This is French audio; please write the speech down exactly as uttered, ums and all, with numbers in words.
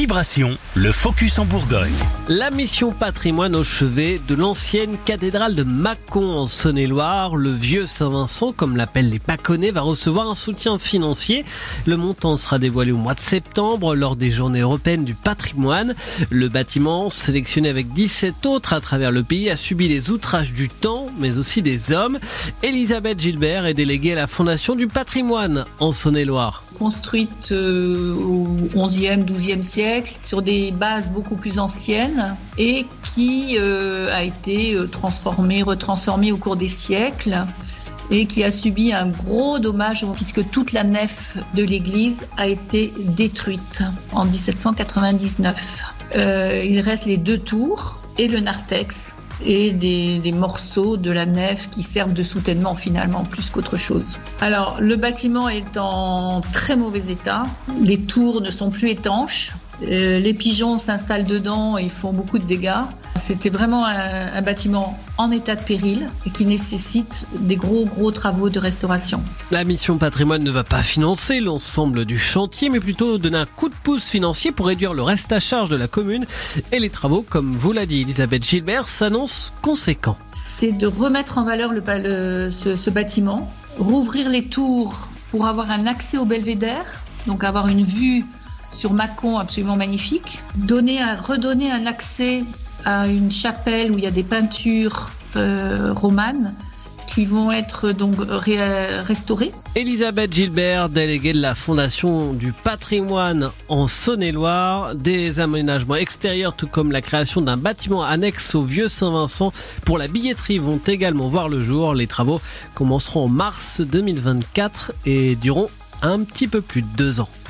Vibration, le focus en Bourgogne. La mission patrimoine au chevet de l'ancienne cathédrale de Mâcon en Saône-et-Loire. Le vieux Saint-Vincent, comme l'appellent les Mâconnais, va recevoir un soutien financier. Le montant sera dévoilé au mois de septembre lors des Journées européennes du patrimoine. Le bâtiment, sélectionné avec dix-sept autres à travers le pays, a subi les outrages du temps, mais aussi des hommes. Elisabeth Gilbert est déléguée à la Fondation du patrimoine en Saône-et-Loire. Construite euh, au onzième, douzième siècle sur des bases beaucoup plus anciennes et qui euh, a été euh, transformée, retransformée au cours des siècles et qui a subi un gros dommage puisque toute la nef de l'église a été détruite en dix-sept cent quatre-vingt-dix-neuf. Euh, il reste les deux tours et le narthex et des, des morceaux de la nef qui servent de soutènement finalement plus qu'autre chose. Alors le bâtiment est en très mauvais état, les tours ne sont plus étanches, euh, les pigeons s'installent dedans et font beaucoup de dégâts. C'était vraiment un, un bâtiment en état de péril et qui nécessite des gros gros travaux de restauration. La mission patrimoine ne va pas financer l'ensemble du chantier, mais plutôt donner un coup de pouce financier pour réduire le reste à charge de la commune. Et les travaux, comme vous l'a dit Elisabeth Gilbert, s'annoncent conséquents. C'est de remettre en valeur le, le, ce, ce bâtiment, rouvrir les tours pour avoir un accès au belvédère, donc avoir une vue sur Mâcon absolument magnifique, donner un, redonner un accès à une chapelle où il y a des peintures euh, romanes qui vont être donc ré- restaurées. Elisabeth Gilbert, déléguée de la Fondation du patrimoine en Saône-et-Loire. Des aménagements extérieurs, tout comme la création d'un bâtiment annexe au vieux Saint-Vincent pour la billetterie, vont également voir le jour. Les travaux commenceront en mars deux mille vingt-quatre et dureront un petit peu plus de deux ans.